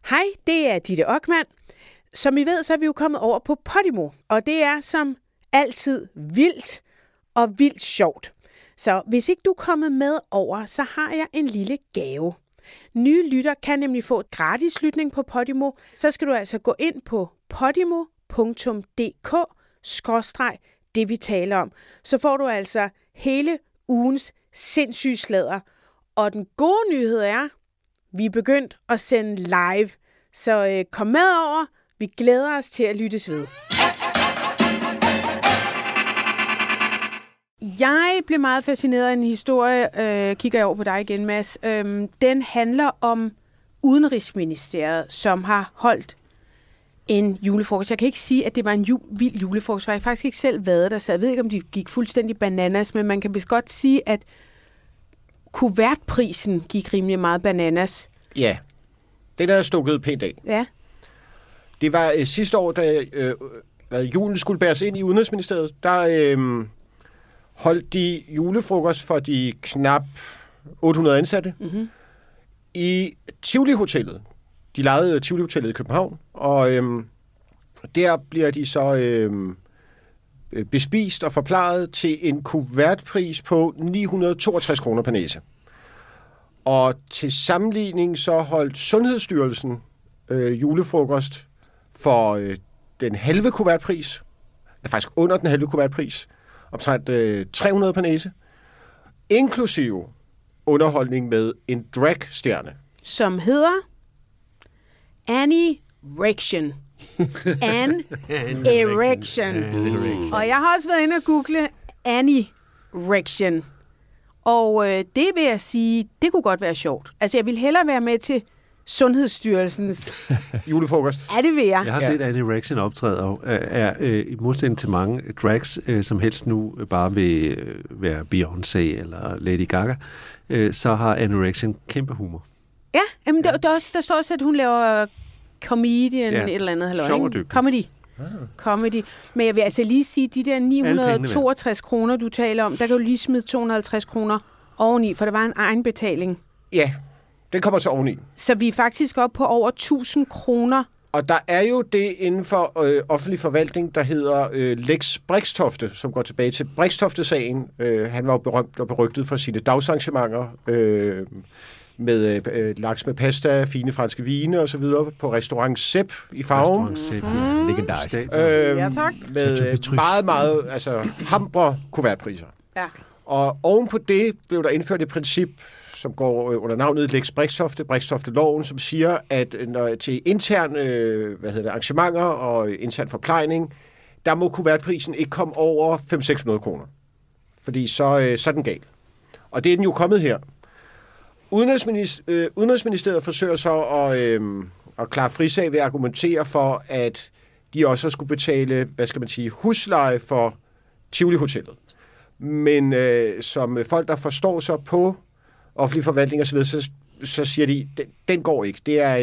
Hej, det er Ditte Okman. Som I ved, så er vi jo kommet over på Podimo, og det er som altid vildt og vildt sjovt. Så hvis ikke du er kommet med over, så har jeg en lille gave. Nye lytter kan nemlig få et gratis lytning på Podimo. Så skal du altså gå ind på podimo.dk/det vi taler om. Så får du altså hele ugens sindssyge sladder. Og den gode nyhed er, vi er begyndt at sende live. Så kom med over. Vi glæder os til at lyttes ved. Jeg blev meget fascineret af en historie, kigger jeg over på dig igen, Mads. Den handler om Udenrigsministeriet, som har holdt en julefrokost. Jeg kan ikke sige, at det var en vild julefrokost, for jeg har faktisk ikke selv været der, så jeg ved ikke, om de gik fuldstændig bananas, men man kan vist godt sige, at kuvertprisen gik rimelig meget bananas. Ja, det der er stukket pænt af. Ja. Det var sidste år, da julen skulle bæres ind i Udenrigsministeriet, der holdt de julefrokost for de knap 800 ansatte i Tivoli-hotellet. De lejede Tivoli-hotellet i København, og der bliver de så bespist og forplejet til en kuvertpris på 962 kroner per næse. Og til sammenligning så holdt Sundhedsstyrelsen julefrokost for den halve kuvertpris, faktisk under den halve kuvertpris, omtrent 300 per næse, inklusive underholdning med en drag-stjerne. Som hedder Annie Rection. Anne Erection. Og jeg har også været inde og google Annie Rection. Og det vil jeg sige, det kunne godt være sjovt. Altså, jeg vil hellere være med til Sundhedsstyrelsens julefrokost. Ja, det vil jeg. Jeg har set Annie Rection optræde, og er i modsætning til mange drags, som helst nu bare vil være Beyoncé eller Lady Gaga, så har Annie Rection kæmpe humor. Ja, jamen der står også, at hun laver comedian et eller andet. Halløj, comedy. Comedy. Men jeg vil altså lige sige, de der 962 kroner, du taler om, der kan du lige smide 250 kroner oveni, for der var en egenbetaling. Ja, den kommer så oveni. Så vi er faktisk oppe på over 1000 kroner. Og der er jo det inden for offentlig forvaltning, der hedder Lex Brixtofte, som går tilbage til Brixtofte-sagen. Han var jo berømt og berygtet for sine dagsarrangementer med laks med pasta, fine franske vine og så videre på Restaurant Sepp i Farum. Restaurant Sepp, ja. Legendarisk. Ja, tak. Med meget, meget hambre kuvertpriser. Ja. Og ovenpå det blev der indført et princip, som går under navnet Lex Brixtofte, Brixtofte-loven, som siger, at når til interne arrangementer og intern forplejning, der må kuvertprisen ikke komme over 500-600 kroner. Fordi så er den gal. Og det er den jo kommet her. Udenrigsministeriet forsøger så at klare frisag ved at argumentere for, at de også skulle betale, husleje for Tivoli-hotellet. Men som folk, der forstår sig på offentlig forvaltning og så videre, så siger de, den går ikke.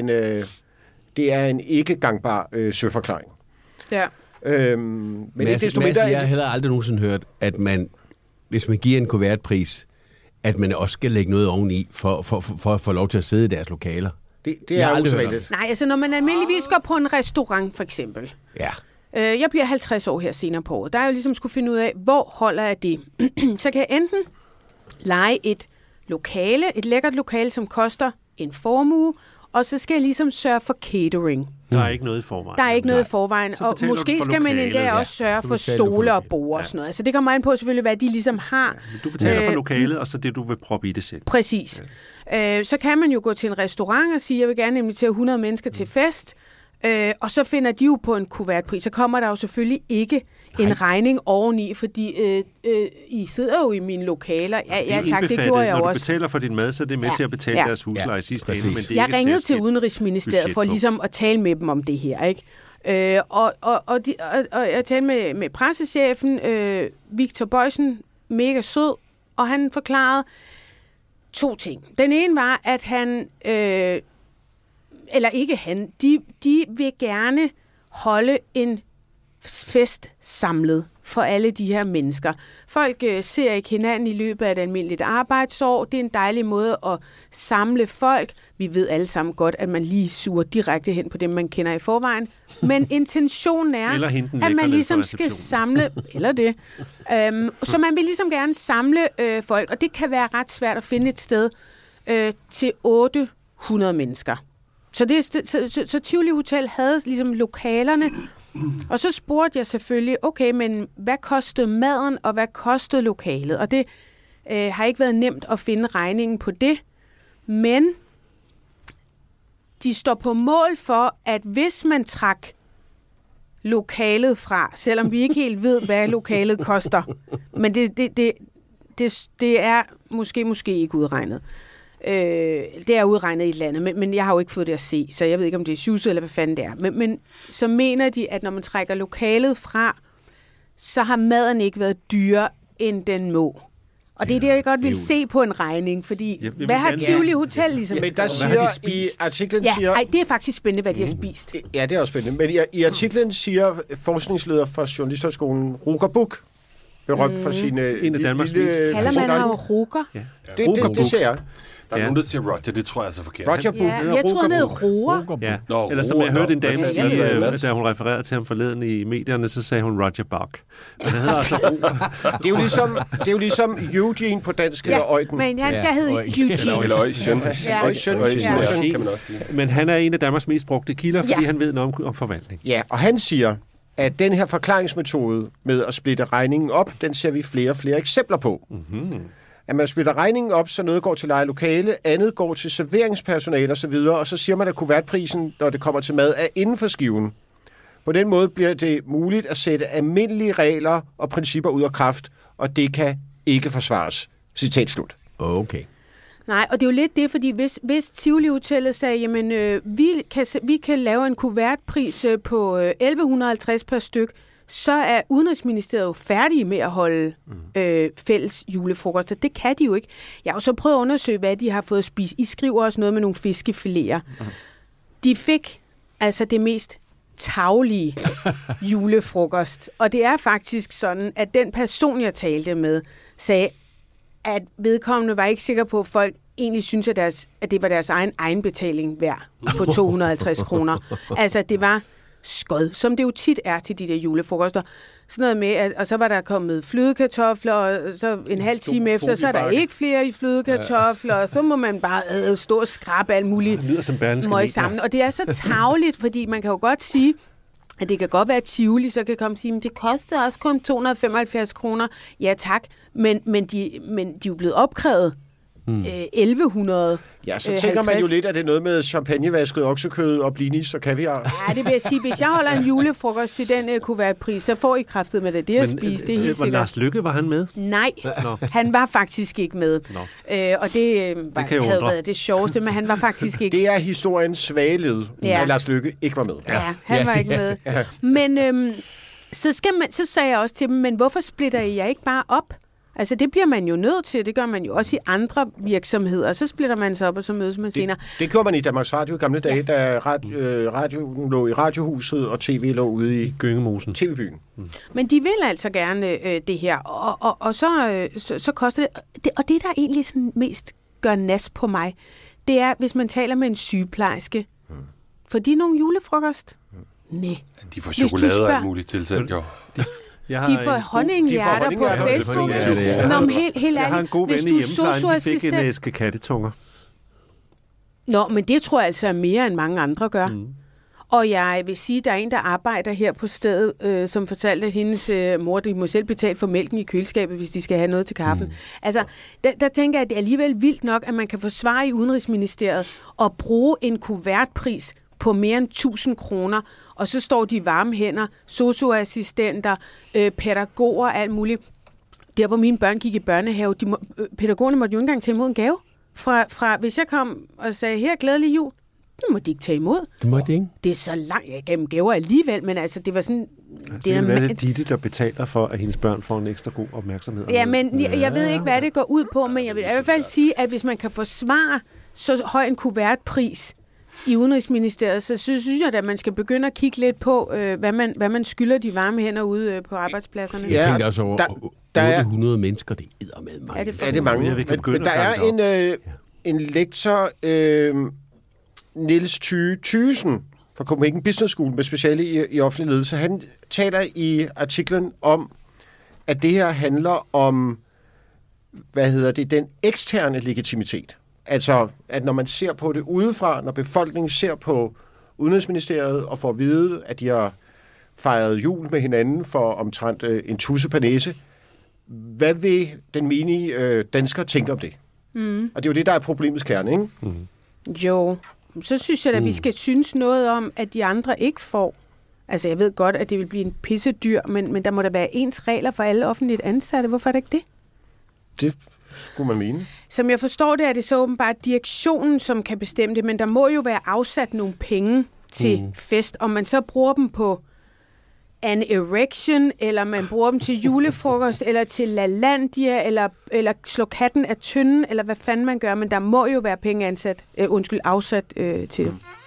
Det er en ikke gangbar søforklaring. Ja. Men ikke desto mindre... Jeg har heller aldrig nogensinde hørt, at man, hvis man giver en kuvertpris, at man også skal lægge noget oveni for at få lov til at sidde i deres lokaler. Det er usædvanligt. Nej, altså når man almindeligvis går på en restaurant, for eksempel. Ja. Jeg bliver 50 år her senere på året. Der er jo ligesom skulle finde ud af, hvor holder jeg det? Så kan jeg enten leje et lækkert lokale, som koster en formue, og så skal jeg ligesom sørge for catering. Der er ikke noget i forvejen. Der er ikke noget i forvejen, og måske skal man endda også sørge for stole og bord og sådan noget. Altså det kommer an på selvfølgelig, hvad de ligesom har. Ja, du betaler for lokalet, og så det, du vil proppe i det selv. Præcis. Ja. Så kan man jo gå til en restaurant og sige, jeg vil gerne invitere 100 mennesker til fest, og så finder de jo på en kuvertpris. Så kommer der jo selvfølgelig ikke en regning oveni, fordi I sidder jo i mine lokaler. Ja tak, det gjorde jeg også. Når også. du betaler for din mad, så er det med til at betale deres husleje i sidste ende. Men det er jeg ikke ringede til Udenrigsministeriet for ligesom at tale med dem om det her, ikke? Og jeg talte med pressechefen, Victor Bøjsen, mega sød, og han forklarede 2 ting. Den ene var, at han, de vil gerne holde en fest samlet for alle de her mennesker. Folk ser ikke hinanden i løbet af et almindeligt arbejdsår. Det er en dejlig måde at samle folk. Vi ved alle sammen godt, at man lige suger direkte hen på dem, man kender i forvejen. Men intentionen er, at man ligesom skal samle, eller det. Så man vil ligesom gerne samle folk, og det kan være ret svært at finde et sted til 800 mennesker. Så Tivoli Hotel havde ligesom lokalerne, og så spurgte jeg selvfølgelig, okay, men hvad kostede maden, og hvad kostede lokalet? Og det har ikke været nemt at finde regningen på det, men de står på mål for, at hvis man trak lokalet fra, selvom vi ikke helt ved, hvad lokalet koster, men det er måske ikke udregnet. Det er udregnet i et eller andet, men jeg har jo ikke fået det at se, så jeg ved ikke, om det er sjusset eller hvad fanden det er. Men så mener de, at når man trækker lokalet fra, så har maden ikke været dyrere, end den må. Og det er det, jeg godt vil se på en regning, fordi hvad har Tivoli Hotel ligesom? Men der siger i artiklen... det er faktisk spændende, hvad de har spist. Ja, det er også spændende. Men i artiklen siger forskningsleder fra Journalisthøjskolen, Roger Buch, berømt for sine... En af Danmarks mest... Kalder man ham Roger? Ja. Det ser jeg. Der er nogen, der siger Roger, det tror jeg altså forkert. Roger Buch. Ja, jeg tror, han hedder Roger. Ja. Eller som jeg hørte en dame sige, da hun refererede til ham forleden i medierne, så sagde hun Roger Buch. Men han hedder altså Roger. Det er jo ligesom Eugene på dansk eller Øjden. Men han skal hedde Eugene. Eller Øjsjøn. Kan man også sige. Men han er en af Danmarks mest brugte kilder, fordi han ved noget om forvaltning. Ja, og han siger, at den her forklaringsmetode med at splitte regningen op, den ser vi flere og flere eksempler på. Mm-hmm. At man splitter regningen op, så noget går til leje lokale, andet går til serveringspersonale osv., og så siger man, at kuvertprisen, når det kommer til mad, er inden for skiven. På den måde bliver det muligt at sætte almindelige regler og principper ud af kraft, og det kan ikke forsvares. Citat slut. Okay. Nej, og det er jo lidt det, fordi hvis Tivoli Hotellet sagde, jamen vi kan lave en kuvertpris på 1150 per styk, så er Udenrigsministeriet jo færdige med at holde fælles julefrokoster. Det kan de jo ikke. Jeg har jo så prøvet at undersøge, hvad de har fået at spise. I skriver også noget med nogle fiskefiléer. De fik altså det mest tarvelige julefrokost. Og det er faktisk sådan, at den person, jeg talte med, sagde, at vedkommende var ikke sikker på, at folk egentlig synes, at det var deres egenbetaling værd på 250 kroner. Altså, det var skod, som det jo tit er til de der julefrokoster. Sådan noget med, og så var der kommet flødekartofler, og så en halv time efter, så er der ikke flere flødekartofler, og så må man bare stå og skrabe alt muligt møg sammen. Og det er så tarveligt, fordi man kan jo godt sige, at det kan godt være Tivoli, så kan komme og sige, at det koster også kun 275 kroner. Ja tak, men de er jo blevet opkrævet 1100. Ja, så tænker man jo lidt, at det er noget med champagnevasket oksekød og blinis og kaviar. Ja, det vil jeg sige. Hvis jeg holder en julefrokost til den kuvertpris, så får I kraftet med det at spise. Det er helt sikkert. Lars Løkke, var han med? Nej, han var faktisk ikke med. Og det havde været det sjoveste, men han var faktisk ikke. Det er historiens svageled, at Lars Løkke ikke var med. Ja, han var ikke med. Ja. Men så sagde jeg også til dem, men hvorfor splitter I jer ikke bare op? Altså, det bliver man jo nødt til. Det gør man jo også i andre virksomheder. Så splitter man sig op, og så mødes man senere. Det gjorde man i Danmarks Radio i gamle dage, da radioen lå i Radiohuset, og tv lå ude i Gyngemosen. TV-byen. Men de vil altså gerne det her, og så koster det. Og det, der egentlig sådan mest gør nas på mig, det er, hvis man taler med en sygeplejerske. For de er nogle julefrokost? Nej. De får chokolade og alt muligt tilsendt, jo. De får honninghjerter på Facebook. Nå, helt ærligt. Jeg har en god ven i hjemmeplejen, de fik en æske kattetunger. Nå, men det tror jeg altså er mere, end mange andre gør. Og jeg vil sige, at der er en, der arbejder her på stedet, som fortalte, at hendes mor, de må selv betale for mælken i køleskabet, hvis de skal have noget til kaffen. Altså, der tænker jeg, at det er alligevel vildt nok, at man kan forsvare i Udenrigsministeriet og bruge en kuvertpris på mere end 1000 kroner, og så står de varme hænder, sosu-assistenter, pædagoger, alt muligt. Der, hvor mine børn gik i børnehave, pædagogerne måtte jo ikke engang tage imod en gave. Fra hvis jeg kom og sagde, her, glædelig jul, det må de ikke tage imod. Det må de ikke. Det er så langt, jeg gav dem gaver alligevel, men altså, det var sådan... Det vil være det Ditte, der betaler for, at hendes børn får en ekstra god opmærksomhed. Ja, men jeg ved ikke, hvad det går ud på, men jeg vil i hvert fald sige, at hvis man kan forsvare så høj en kuvertpris, i Udenrigsministeriet, så synes jeg, at man skal begynde at kigge lidt på, hvad man skylder de varme hænder ude på arbejdspladserne. Jeg tænker også over, der 800 mennesker, det er med mange. Er det mange? Men der er en lektor, Niels Thyssen fra Copenhagen Business School med speciale i offentlig ledelse. Han taler i artiklen om, at det her handler om, den eksterne legitimitet. Altså, at når man ser på det udefra, når befolkningen ser på Udenrigsministeriet og får at vide, at de har fejret jul med hinanden for omtrent en tusse per næse, hvad vil den menige dansker tænke om det? Mm. Og det er jo det, der er problemets kerne, ikke? Mm. Jo, så synes jeg at vi skal synes noget om, at de andre ikke får. Altså, jeg ved godt, at det vil blive en pissedyr, men der må der være ens regler for alle offentligt ansatte. Hvorfor er det ikke det? Det skulle man mene. Som jeg forstår det, er det så åbenbart direktionen, som kan bestemme det, men der må jo være afsat nogle penge til fest, om man så bruger dem på an erection, eller man bruger dem til julefrokost, eller til LaLandia, eller slå katten af tynden, eller hvad fanden man gør, men der må jo være penge afsat til det.